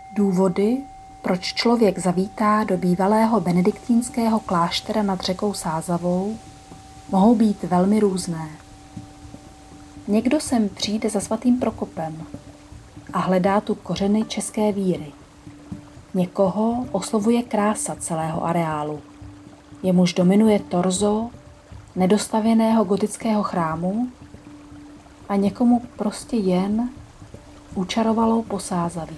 Důvody, proč člověk zavítá do bývalého benediktínského kláštera nad řekou Sázavou, mohou být velmi různé. Někdo sem přijde za svatým Prokopem a hledá tu kořeny české víry. Někoho oslovuje krása celého areálu. Jemuž dominuje torzo nedostavěného gotického chrámu a někomu prostě jen učarovalo Posázaví.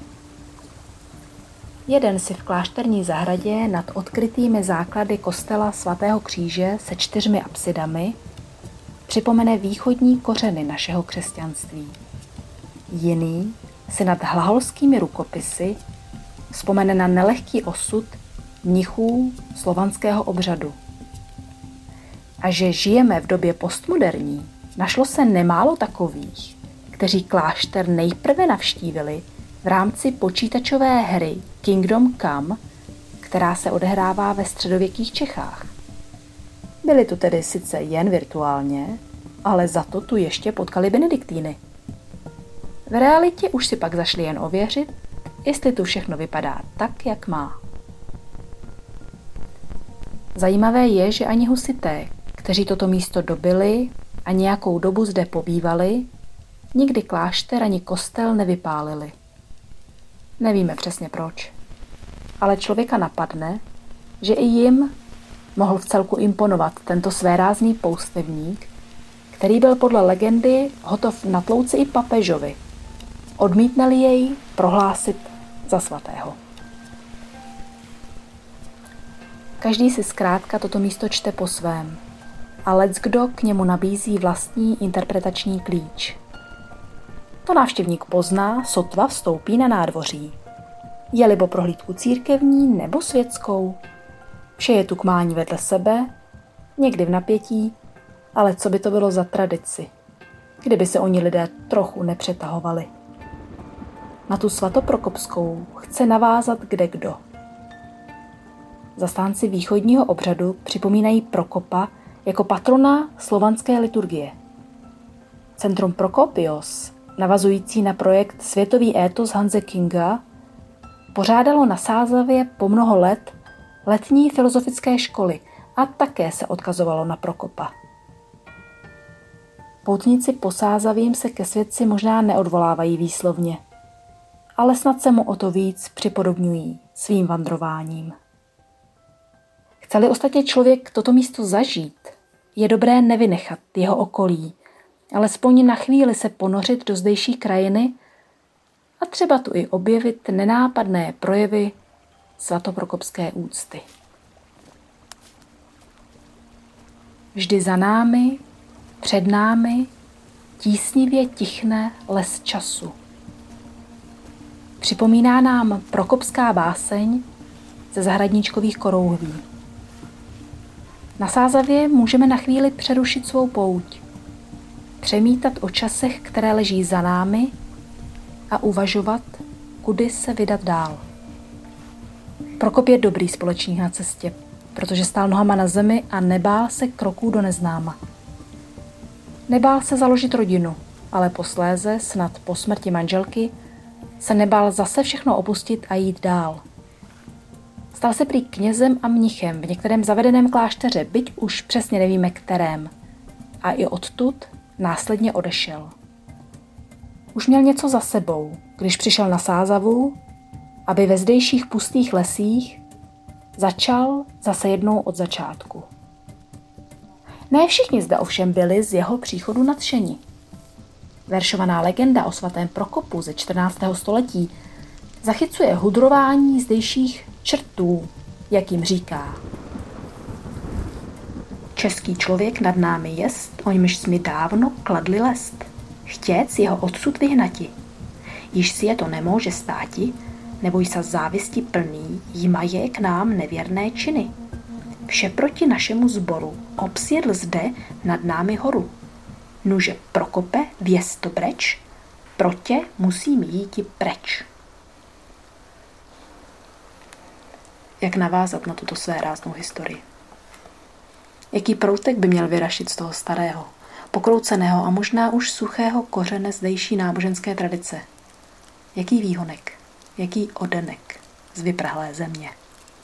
Jeden si v klášterní zahradě nad odkrytými základy kostela svatého Kříže se 4 apsidami připomene východní kořeny našeho křesťanství. Jiný si nad hlaholskými rukopisy vzpomene na nelehký osud mnichů slovanského obřadu. A že žijeme v době postmoderní, našlo se nemálo takových, kteří klášter nejprve navštívili v rámci počítačové hry Kingdom Come, která se odehrává ve středověkých Čechách. Byli tu tedy sice jen virtuálně, ale za to tu ještě potkali benediktíny. V realitě už si pak zašli jen ověřit, jestli tu všechno vypadá tak, jak má. Zajímavé je, že ani husité, kteří toto místo dobyli a nějakou dobu zde pobývali, nikdy klášter ani kostel nevypálili. Nevíme přesně proč, ale člověka napadne, že i jim mohl vcelku imponovat tento svérázný poustevník, který byl podle legendy hotov natlouci i papežovi, odmítneli jej prohlásit za svatého. Každý si zkrátka toto místo čte po svém a leckdo k němu nabízí vlastní interpretační klíč. To návštěvník pozná, sotva vstoupí na nádvoří. Je-li po prohlídku církevní nebo světskou. Vše je tu k mání vedle sebe, někdy v napětí, ale co by to bylo za tradici, kdyby se oni lidé trochu nepřetahovali. Na tu svatoprokopskou chce navázat kdekdo. Zastánci východního obřadu připomínají Prokopa jako patrona slovanské liturgie. Centrum Prokopios, navazující na projekt Světový étos Hanse Kinga, pořádalo na Sázavě po mnoho let letní filozofické školy a také se odkazovalo na Prokopa. Poutníci po Sázavím se ke světci možná neodvolávají výslovně, ale snad se mu o to víc připodobňují svým vandrováním. Chce-li ostatně člověk toto místo zažít, je dobré nevynechat jeho okolí, alespoň na chvíli se ponořit do zdejší krajiny a třeba tu i objevit nenápadné projevy svatoprokopské úcty. Vždy za námi, před námi tísnivě tichne les času. Připomíná nám prokopská báseň ze zahradníčkových korouhví. Na Sázavě můžeme na chvíli přerušit svou pouť, přemítat o časech, které leží za námi a uvažovat, kudy se vydat dál. Prokop je dobrý společník na cestě, protože stál nohama na zemi a nebál se kroků do neznáma. Nebál se založit rodinu, ale posléze, snad po smrti manželky, se nebál zase všechno opustit a jít dál. Stal se prý knězem a mnichem v některém zavedeném klášteře, byť už přesně nevíme kterém, a i odtud následně odešel. Už měl něco za sebou, když přišel na Sázavu, aby ve zdejších pustých lesích začal zase jednou od začátku. Ne všichni zde ovšem byli z jeho příchodu nadšeni. Veršovaná legenda o svatém Prokopu ze 14. století zachycuje hudrování zdejších čertů, jak jim říká. Český člověk nad námi jest, o němž jsme dávno kladli lest. Chtěc jeho odsud vyhnati. Již si je to nemůže státi, neboj sa závisti plný, jíma je k nám nevěrné činy. Vše proti našemu zboru obsjedl zde nad námi horu. Nuže Prokope, věz to breč, protě musím jíti preč. Jak navázat na tuto svéráznou historii? Jaký proutek by měl vyrašit z toho starého, pokrouceného a možná už suchého kořene zdejší náboženské tradice? Jaký výhonek? jaký odenek z vyprahlé země.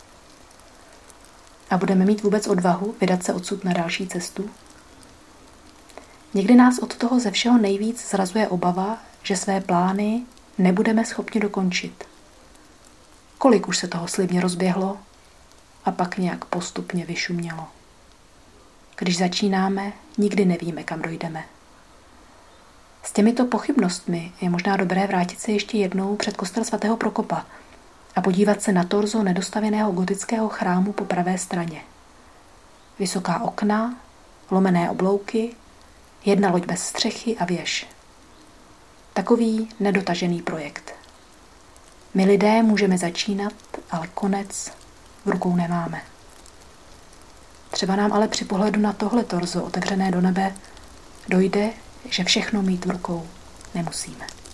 A budeme mít vůbec odvahu vydat se odsud na další cestu? Někdy nás od toho ze všeho nejvíc zrazuje obava, že své plány nebudeme schopni dokončit. Kolik už se toho slibně rozběhlo a pak nějak postupně vyšumělo. Když začínáme, nikdy nevíme, kam dojdeme. S těmito pochybnostmi je možná dobré vrátit se ještě jednou před kostel svatého Prokopa a podívat se na torzo nedostavěného gotického chrámu po pravé straně. Vysoká okna, lomené oblouky, jedna loď bez střechy a věž. Takový nedotažený projekt. My lidé můžeme začínat, ale konec v rukou nemáme. Třeba nám ale při pohledu na tohle torzo otevřené do nebe dojde, že všechno mít v rukou nemusíme.